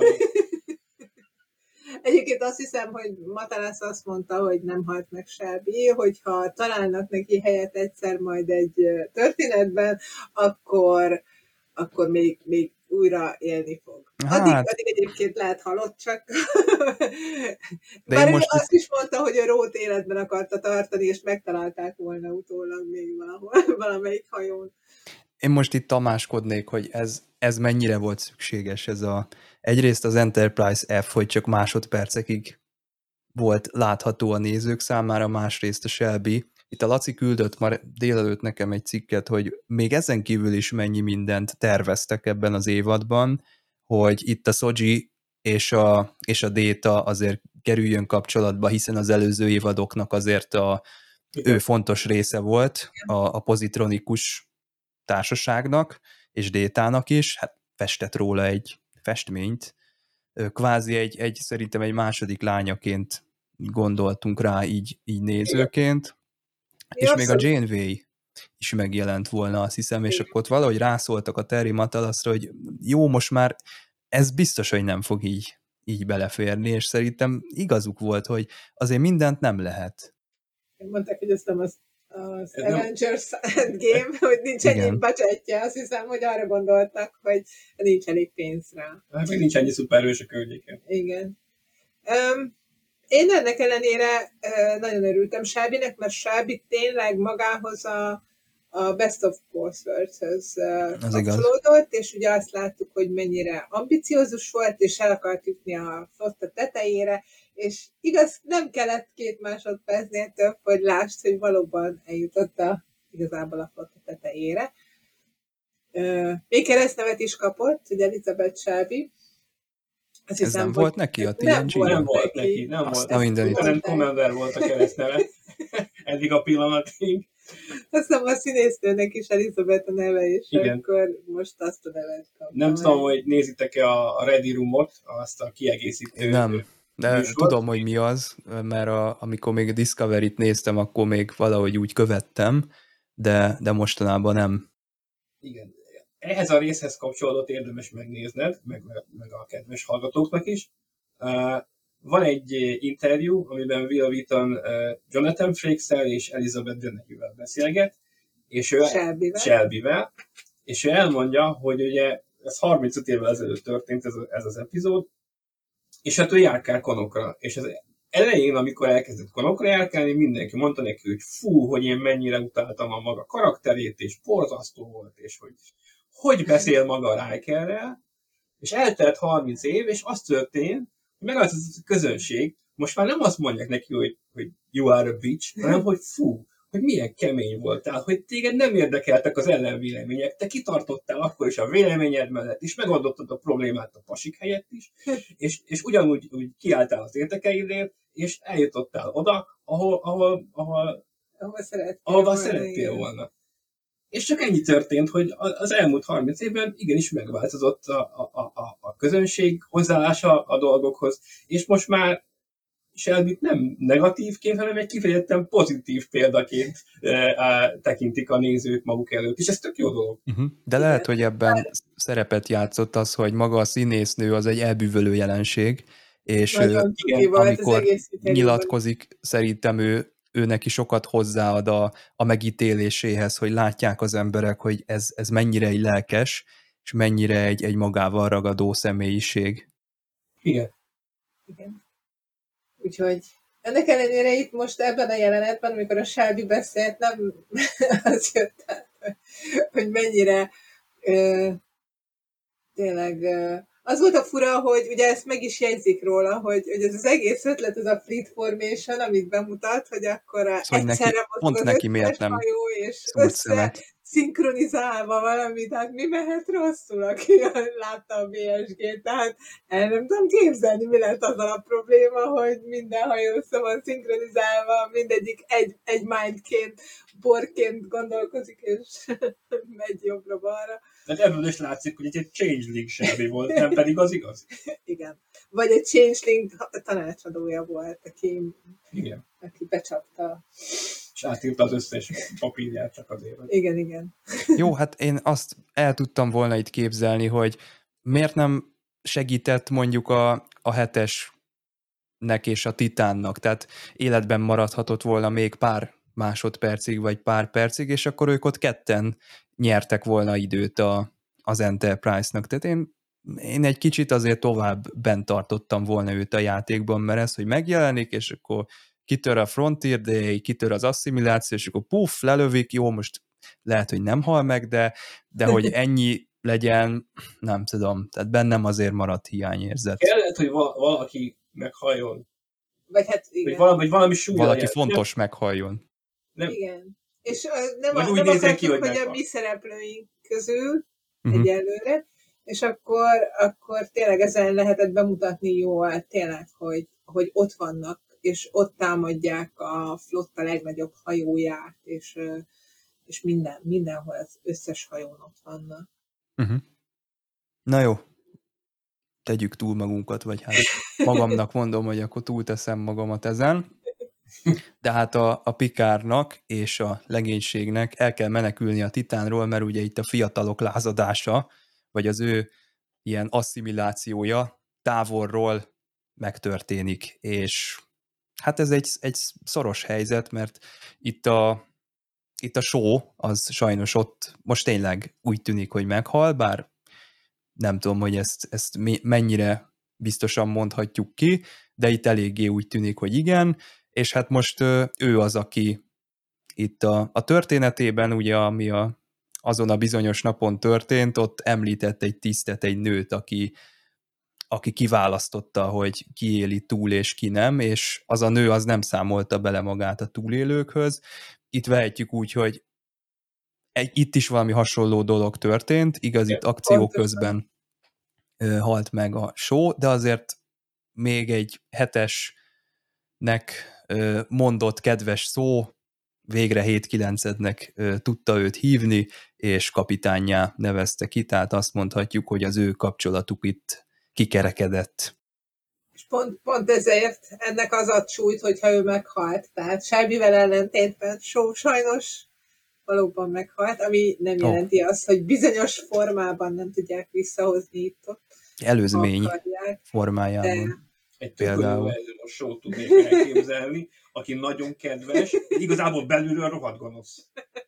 Egyébként azt hiszem, hogy Matalász azt mondta, hogy nem halt meg Shelby, hogyha találnak neki helyet egyszer majd egy történetben, akkor még újra élni fog. Addig egyébként lehet halott, csak De bár most azt is mondta, hogy a Rót életben akarta tartani, és megtalálták volna utólag még valahol, valamelyik hajón. Én most itt tamáskodnék, hogy ez mennyire volt szükséges, egyrészt az Enterprise F, hogy csak másodpercekig volt látható a nézők számára, másrészt a Shelby. Itt a Laci küldött már délelőtt nekem egy cikket, hogy még ezen kívül is mennyi mindent terveztek ebben az évadban, hogy itt a Soji és a Data azért kerüljön kapcsolatba, hiszen az előző évadoknak azért a ő fontos része volt a pozitronikus társaságnak, és Détának is, hát festett róla egy festményt, kvázi egy szerintem egy második lányaként gondoltunk rá így nézőként, és még a Janeway is megjelent volna, azt hiszem, és akkor ott valahogy rászóltak a Terry Matalasra, hogy jó, most már ez biztos, hogy nem fog így beleférni, és szerintem igazuk volt, hogy azért mindent nem lehet. Mondták, hogy ez nem az Avengers Endgame, hogy nincs ennyi budgetje, azt hiszem, hogy arra gondoltak, hogy nincs elég pénz rá. Hát még nincs ennyi szuperhős a környéken. Igen. Én ennek ellenére nagyon örültem Shelbynek, mert Shelby tényleg magához a Best of Both Worlds-höz kapcsolódott, és ugye azt láttuk, hogy mennyire ambiciózus volt, és el akart jutni a flotta tetejére, és igaz, nem kellett 2 másodpercnél több, hogy lásd, hogy valóban eljutott igazából a flotta tetejére. Még keresztnevet is kapott, ugye Elizabeth Shelby. Ez hiszem, nem volt neki a TNG? Nem volt neki. Nem Commander volt a keresztneve. Eddig a pillanatig. Azt hiszem, a színésznőnek is Elizabeth a neve, és igen. Akkor most azt a nevet kaptam. Nem tudom, hogy nézitek-e a Ready Room-ot, azt a kiegészítő. Nem, de műsort. Tudom, hogy mi az, mert amikor még a Discovery-t néztem, akkor még valahogy úgy követtem, de mostanában nem. Igen. Ehhez a részhez kapcsolódott érdemes megnézned, meg a kedves hallgatóknak is. Van egy interjú, amiben Will Wheaton Jonathan Frakes-szel és Elizabeth Dennehy-vel beszélget, és ő Shelby-vel, és ő elmondja, hogy ugye ez 35 évvel ezelőtt történt ez az epizód, és hát ő járkál konokra, és az elején, amikor elkezdett konokra járkálni, mindenki mondta neki, hogy fú, hogy én mennyire utáltam a maga karakterét, és borzasztó volt, és hogy beszél maga Rikerrel, és eltelt 30 év, és az történt, hogy megváltozott a közönség, most már nem azt mondják neki, hogy you are a bitch, hanem hogy fú, hogy milyen kemény voltál, hogy téged nem érdekeltek az ellenvélemények, te kitartottál akkor is a véleményed mellett, és megoldottad a problémát a pasik helyett is, és ugyanúgy kiálltál az érdekeidért, és eljutottál oda, ahova szerettél volna. És csak ennyi történt, hogy az elmúlt 30 évben igenis megváltozott a közönség hozzáállása a dolgokhoz, és most már Shelbyt nem negatívként, hanem egy kifejezetten pozitív példaként tekintik a nézők maguk előtt, és ez tök jó dolog. De lehet, hogy ebben szerepet játszott az, hogy maga a színésznő az egy elbűvölő jelenség, és amikor nyilatkozik, szerintem ő neki sokat hozzáad a megítéléséhez, hogy látják az emberek, hogy ez mennyire egy lelkes, és mennyire egy magával ragadó személyiség. Igen. Úgyhogy ennek ellenére itt most ebben a jelenetben, amikor a Shelby beszélt, nem az jött át, hogy mennyire tényleg... Az volt a fura, hogy ugye ezt meg is jegyzik róla, hogy ez az egész ötlet, ez a Fleet Formation, amit bemutat, hogy akkor szóval egyszerre mozog az neki miért nem hajó, és összeszinkronizálva valami, tehát mi mehet rosszul, aki látta a BSG-t, tehát el nem tudom képzelni, mi lett azzal a probléma, hogy minden hajó össze van szinkronizálva, mindegyik egy mindként, borként gondolkozik, és megy jobbra-balra. Tehát ebből is látszik, hogy egy changeling Shelby volt, nem pedig az igaz. Igen. Vagy egy changeling tanácsadója volt, aki becsapta. És átírta az összes papírját csak azért. Igen. Jó, hát én azt el tudtam volna itt képzelni, hogy miért nem segített mondjuk a 7-esnek és a Titánnak, tehát életben maradhatott volna még pár másodpercig, vagy pár percig, és akkor ők ott ketten nyertek volna időt az Enterprise-nak. Tehát én egy kicsit azért tovább bent tartottam volna őt a játékban, mert ez, hogy megjelenik, és akkor kitör a Frontier Day, kitör az asszimiláció, és akkor puff, lelövik, jó, most lehet, hogy nem hal meg, de hogy ennyi legyen, nem tudom, tehát bennem azért maradt hiányérzet. Kellett, hogy valaki meghalljon. Vagy hát igen. Vagy valami súlya. Valaki fontos meghalljon. Nem. Igen. És nem akartuk, hogy a mi szereplőink közül egyelőre, és akkor tényleg ezen lehetett bemutatni jól tényleg, hogy ott vannak és ott támadják a flotta legnagyobb hajóját, és mindenhol az összes hajón ott vannak. Na jó, tegyük túl magunkat, vagy hát magamnak mondom, hogy akkor túlteszem magamat ezen. De hát a Picardnak és a legénységnek el kell menekülni a Titánról, mert ugye itt a fiatalok lázadása, vagy az ő ilyen asszimilációja távolról megtörténik, és hát ez egy szoros helyzet, mert itt a show az sajnos ott most tényleg úgy tűnik, hogy meghal, bár nem tudom, hogy ezt mennyire biztosan mondhatjuk ki, de itt eléggé úgy tűnik, hogy igen, és hát most ő az, aki itt a történetében, ugye, ami azon a bizonyos napon történt, ott említett egy tisztet, egy nőt, aki kiválasztotta, hogy ki éli túl és ki nem, és az a nő az nem számolta bele magát a túlélőkhöz. Itt vehetjük úgy, hogy itt is valami hasonló dolog történt, igaz, itt akció közben halt meg a show, de azért még egy 7-esnek mondott kedves szó, végre 7-9-ednek tudta őt hívni, és kapitánnyá nevezte ki, tehát azt mondhatjuk, hogy az ő kapcsolatuk itt kikerekedett. És pont ezért ennek az ad súlyt, hogyha ő meghalt. Tehát Shelbyvel ellentétben sajnos valóban meghalt, ami nem jelenti azt, hogy bizonyos formában nem tudják visszahozni itt-ott. Előzmény formájában. Egy például a show tudnék elképzelni, aki nagyon kedves, igazából belülről rohadt gonosz.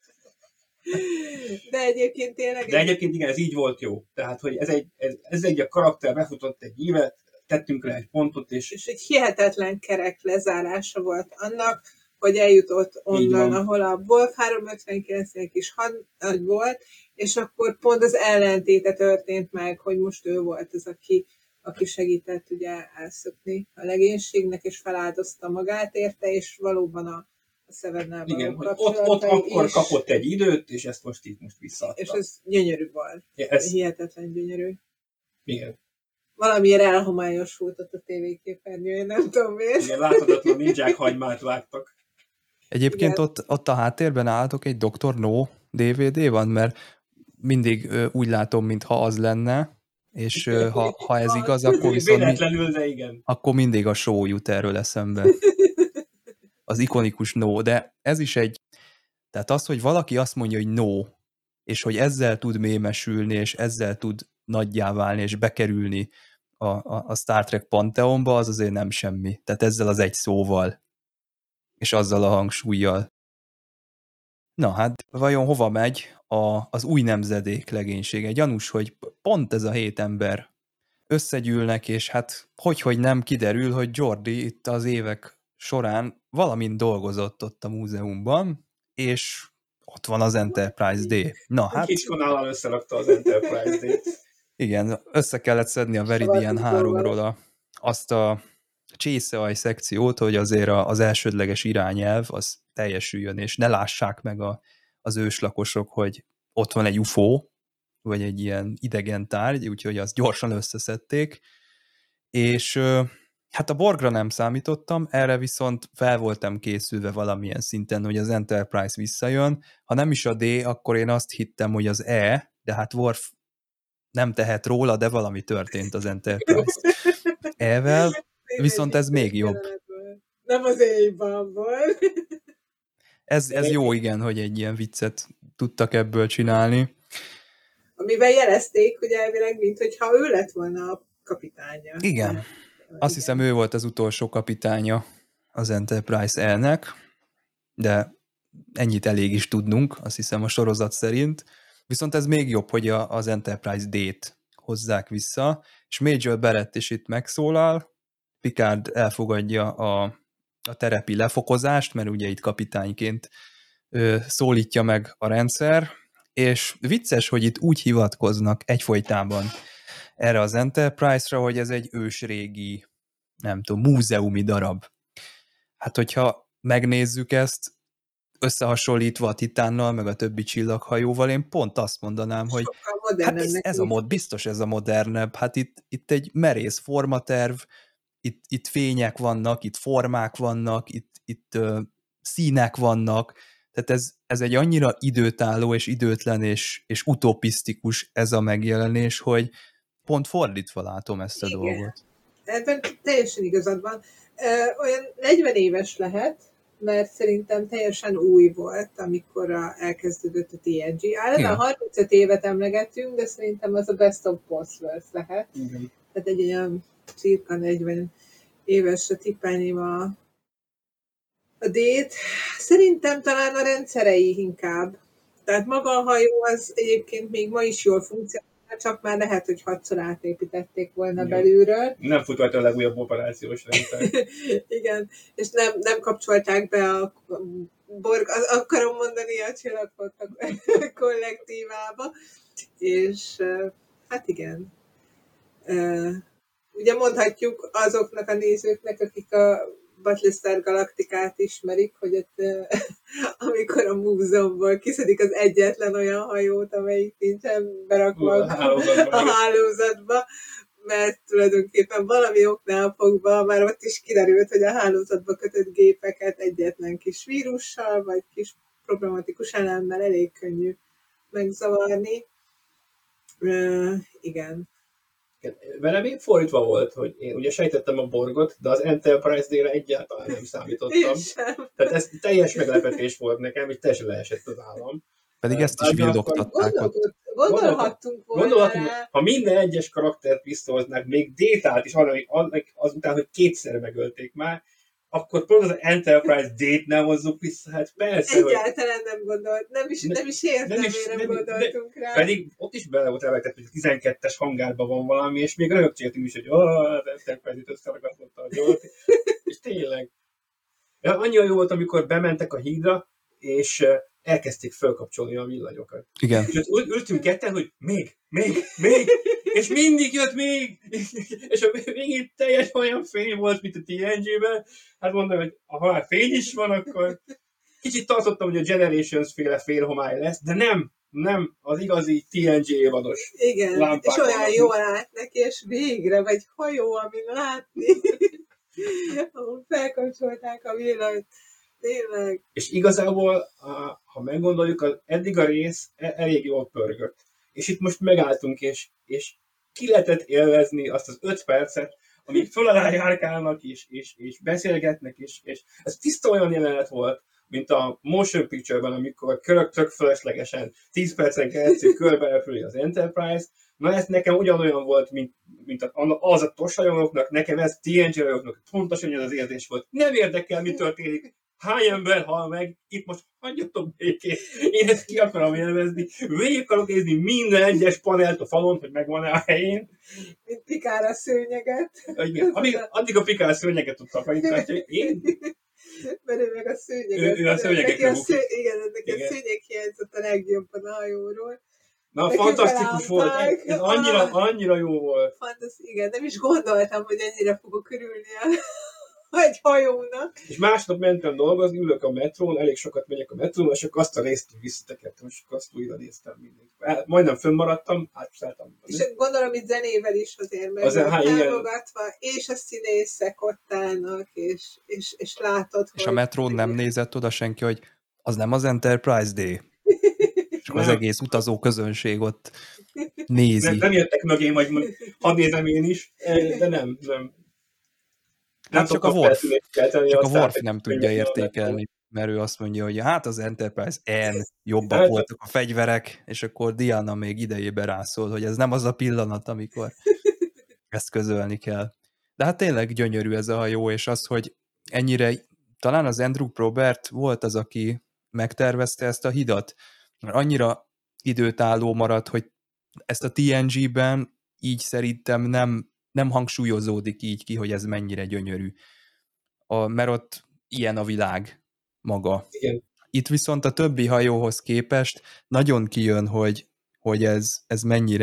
De egyébként tényleg... De egyébként igen, ez így volt jó. Tehát, hogy ez egy a karakter befutott egy évet, tettünk le egy pontot, és egy hihetetlen kerek lezárása volt annak, hogy eljutott onnan, ahol a Wolf 359-nek is nagy volt, és akkor pont az ellentéte történt meg, hogy most ő volt az, aki segített ugye elszökni a legénységnek, és feláldozta magát érte, és valóban a Sevennel való ott akkor is kapott egy időt, és ezt most visszaadta. És ez gyönyörű volt. Hihetetlen gyönyörű. Igen. Valamiért elhomályosult ott a tévéképernyőn, nem tudom miért. Igen, láthatatlan ninják hagymát vágtak. Egyébként ott a háttérben álltok egy Dr. No DVD van, mert mindig úgy látom, mintha az lenne, és ha ez igaz, akkor viszont akkor mindig a show jut erről eszembe. Az ikonikus No, de ez is tehát az, hogy valaki azt mondja, hogy no, és hogy ezzel tud mémesülni, és ezzel tud nagyjá válni, és bekerülni a Star Trek Pantheonba, az azért nem semmi. Tehát ezzel az egy szóval, és azzal a hangsúlyjal. Na hát, vajon hova megy az új nemzedék legénysége? Gyanús, hogy pont ez a 7 ember összegyűlnek, és hát hogy nem kiderül, hogy Geordi itt az évek során valamint dolgozott ott a múzeumban, és ott van az Enterprise D. Na hát... Kiskonállal összerakta az Enterprise D-t. Igen, össze kellett szedni a Veridian 3-ról azt a csészeaj szekciót, hogy azért az elsődleges irányelv az teljesüljön, és ne lássák meg az őslakosok, hogy ott van egy UFO, vagy egy ilyen idegen tárgy, úgyhogy azt gyorsan összeszedték, és hát a Borgra nem számítottam, erre viszont fel voltam készülve valamilyen szinten, hogy az Enterprise visszajön. Ha nem is a D, akkor én azt hittem, hogy az E, de hát Worf nem tehet róla, de valami történt az Enterprise E-vel, viszont ez még jobb. Nem az éjban volt. Ez jó, igen, hogy egy ilyen viccet tudtak ebből csinálni. Amivel jelezték, hogy elvileg, mintha ő lett volna a kapitánya. Igen. Azt hiszem, ő volt az utolsó kapitánya az Enterprise E-nek, de ennyit elég is tudnunk, azt hiszem a sorozat szerint. Viszont ez még jobb, hogy az Enterprise D-t hozzák vissza, és Major Barrett is itt megszólal, Picard elfogadja a terepi lefokozást, mert ugye itt kapitányként szólítja meg a rendszer, és vicces, hogy itt úgy hivatkoznak egyfolytában erre az Enterprise-ra, hogy ez egy ősrégi, nem tudom, múzeumi darab. Hát, hogyha megnézzük ezt, összehasonlítva a Titánnal, meg a többi csillaghajóval, én pont azt mondanám, hogy hát biztos ez a modernebb, hát itt egy merész formaterv, itt fények vannak, itt formák vannak, itt színek vannak, tehát ez egy annyira időtálló és időtlen és utopisztikus ez a megjelenés, hogy pont fordítva látom ezt a dolgot. Ebben teljesen igazad van. Olyan 40 éves lehet, mert szerintem teljesen új volt, amikor elkezdődött a TNG. Általában 35 évet emlegetünk, de szerintem az a Best of Bosworth lehet. Igen. Tehát egy olyan cirka 40 évesre tippelném a D-t. Szerintem talán a rendszerei inkább. Tehát maga a hajó az egyébként még ma is jól funkcionál, csak már lehet, hogy 6-szor átépítették volna belülről. Nem fut rajta a legújabb operációs rendszer. Igen, és nem kapcsolták be a Borg, akarom mondani, a Csillagfotta kollektívába, és hát igen. Ugye mondhatjuk azoknak a nézőknek, akik a Battlestar Galacticát ismerik, hogy ott, amikor a múzeumból kiszedik az egyetlen olyan hajót, amelyik nincsen berakva a hálózatba, mert tulajdonképpen valami oknál fogva már ott is kiderült, hogy a hálózatba kötött gépeket egyetlen kis vírussal, vagy kis problematikus elemmel elég könnyű megzavarni. Igen. Velem még fordítva volt, hogy én ugye sejtettem a Borgot, de az Enterprise D-re egyáltalán nem számítottam. Tehát ez teljes meglepetés volt nekem, és teljesen leesett az állam. Pedig ezt is vildogtatták ott. Gondolhattunk volna rá. Ha minden egyes karaktert visszahoznák, még Détát is azután, hogy kétszer megölték már, akkor pont az Enterprise D-t nem hozzuk vissza, hát persze. Egyáltalán nem gondolt, nem is értem, nem gondoltunk rá. Pedig ott is bele volt elvetett, hogy a 12-es hangárban van valami, és még rögtünk is, hogy az Enterprise-t összeragasztotta a gyort. És tényleg. Annyira jó volt, amikor bementek a hídra, és elkezdték felkapcsolni a villanyokat. Igen. És ott ültünk ketten, hogy még, és mindig jött még, és a végén teljes olyan fény volt, mint a TNG-ben. Hát mondom, hogy ha már fény is van, akkor kicsit tartottam, hogy a Generations-féle félhomály lesz, de nem, az igazi TNG évados. Igen, lámpák és olyan jól átnek, és végre, vagy hajó, amin látni, ahol felkapcsolták a villanyt. Tényleg. És igazából, ha meggondoljuk, eddig a rész elég jól pörgött. És itt most megálltunk, és ki lehetett élvezni azt az 5 percet, amíg föl alá járkálnak, és beszélgetnek, és ez tiszta olyan jelenet volt, mint a motion picture-ben, amikor tök fölöslegesen 10 percen keresztül körberepüli az Enterprise. Na ez nekem ugyanolyan volt, mint az a tosajongóknak, nekem ez TNG-rajongóknak pontosan olyan az érzés volt. Nem érdekel, mi történik, hány ember hal meg, itt most hagyjatok békét, én ezt ki akarom élvezni, végig akarok nézni minden egyes panelt a falon, hogy megvan-e a helyén. Mint Picard a szőnyeget. Igen, addig a Picard a szőnyeget tud takarítani, én... Mert ő meg a szőnyeget. Ő a szőnyegekre Igen, neki a szőnyeg hiányzott a legjobban a hajóról. Na, fantasztikus volt, ez annyira jó volt. Igen, nem is gondoltam, hogy ennyire fogok örülni egy hajónak. És másnap mentem dolgozni, ülök a metrón, elég sokat megyek a metrón, és akkor azt a részt visszatekertem, és akkor azt újra néztem mindig. Majdnem fönnmaradtam, átszálltam. És gondolom itt zenével is azért meg támogatva, és a színészek ott állnak, és látod, és a metrón nem nézett oda senki, hogy az nem az Enterprise D. És az egész utazó közönség ott nézi. Nem jöttek mögém, vagy hadd nézem én is, de nem. Nem csak a Worf nem tudja értékelni, mert ő azt mondja, hogy hát az Enterprise jobbak voltak a fegyverek, és akkor Diana még idejében rászól, hogy ez nem az a pillanat, amikor ezt közölni kell. De hát tényleg gyönyörű ez a hajó, és az, hogy ennyire, talán az Andrew Probert volt az, aki megtervezte ezt a hidat, mert annyira időtálló maradt, hogy ezt a TNG-ben így szerintem nem hangsúlyozódik így ki, hogy ez mennyire gyönyörű. Mert ott ilyen a világ maga. Igen. Itt viszont a többi hajóhoz képest nagyon kijön, hogy ez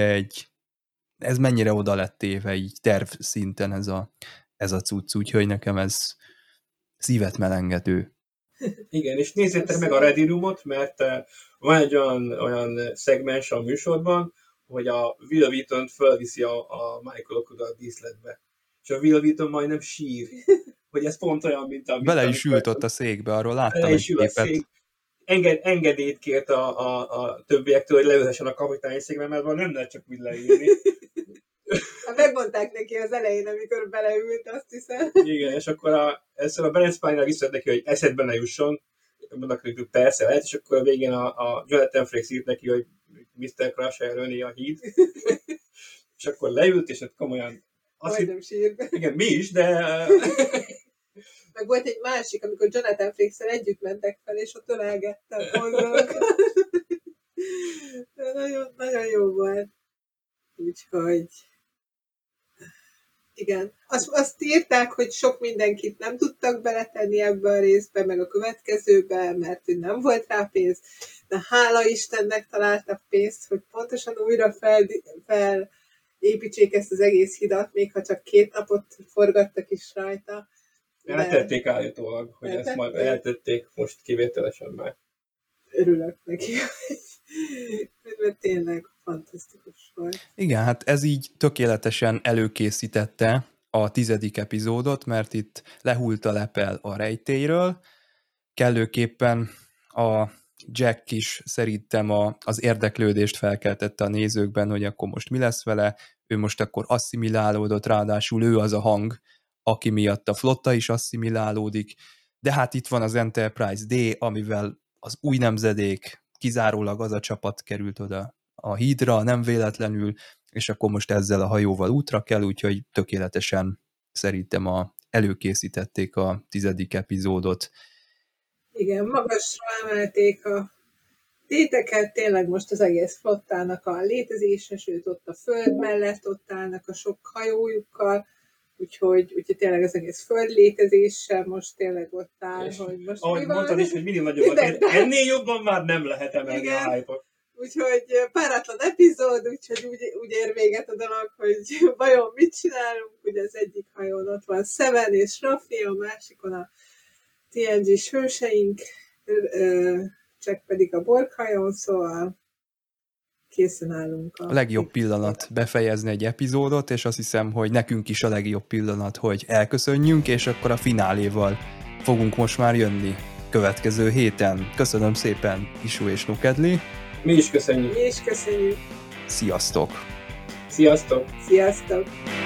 mennyire oda lett téve így terv szinten ez a cucc, úgyhogy nekem ez szívet melengető. Igen, és nézzétek meg a Ready Roomot, mert van egy olyan szegmens a műsorban, hogy a Will Wheaton fölviszi a Michael Okuda a díszletbe. és a Will Wheaton majdnem sír, hogy ez pont olyan, mint a... Bele is ült ott a székbe, arról láttam bele egy is ül a képet. szék. Engedélyt kért a többiektől, hogy leülhessen a kapitány székbe, mert van nem lehet csak úgy leülni. Megmondták neki az elején, amikor beleült, azt hiszem. Igen, és akkor először a Brent Spiner is neki, hogy eszedbe ne jusson, mondnak, hogy persze lehet, és akkor a végén a Jonathan Frakes írt neki, hogy Mr. Crusher öné a híd. És akkor leült, és hát komolyan... Majdnem sírbe. Igen, mi is, de... Meg volt egy másik, amikor Jonathan Frakes-szel együtt mentek fel, és ott ölelgette a konzolokat. nagyon, nagyon jó volt. Úgyhogy... Igen. Azt írták, hogy sok mindenkit nem tudtak beletenni ebbe a részbe, meg a következőbe, mert nem volt rá pénz. De hála Istennek találtak pénzt, hogy pontosan újra felépítsék ezt az egész hidat, még ha csak 2 napot forgattak is rajta. Eltették állítólag, hogy ezt majd eltették most kivételesen már. Örülök neki, mert tényleg fantasztikus volt. Igen, hát ez így tökéletesen előkészítette a 10. epizódot, mert itt lehult a lepel a rejtélyről, kellőképpen a Jack is szerintem az érdeklődést felkeltette a nézőkben, hogy akkor most mi lesz vele, ő most akkor asszimilálódott, ráadásul ő az a hang, aki miatt a flotta is asszimilálódik, de hát itt van az Enterprise D, amivel az új nemzedék, kizárólag az a csapat került oda a hídra, nem véletlenül, és akkor most ezzel a hajóval útra kell, úgyhogy tökéletesen szerintem előkészítették a 10. epizódot. Igen, magasra emelték a téteket, tényleg most az egész flottának a létezése, sőt ott a föld mellett ott állnak a sok hajójukkal, úgyhogy tényleg az egész föld létezése most tényleg ott áll, és hogy most ahogy mondtad is, hogy minél nagyobb, ennél jobban már nem lehet emelni a hype-ot. Úgyhogy páratlan epizód, úgyhogy úgy ér véget a dolog, hogy vajon mit csinálunk, ugye az egyik hajón ott van Seven és Raffi, a másikon a TNG-s hőseink, csak pedig a Borg hajón, szóval készen állunk. A legjobb pillanat befejezni egy epizódot, és azt hiszem, hogy nekünk is a legjobb pillanat, hogy elköszönjünk, és akkor a fináléval fogunk most már jönni következő héten. Köszönöm szépen, Isu és Nukedli. Mi is köszönjük. Mi is köszönjük. Sziasztok! Sziasztok! Sziasztok!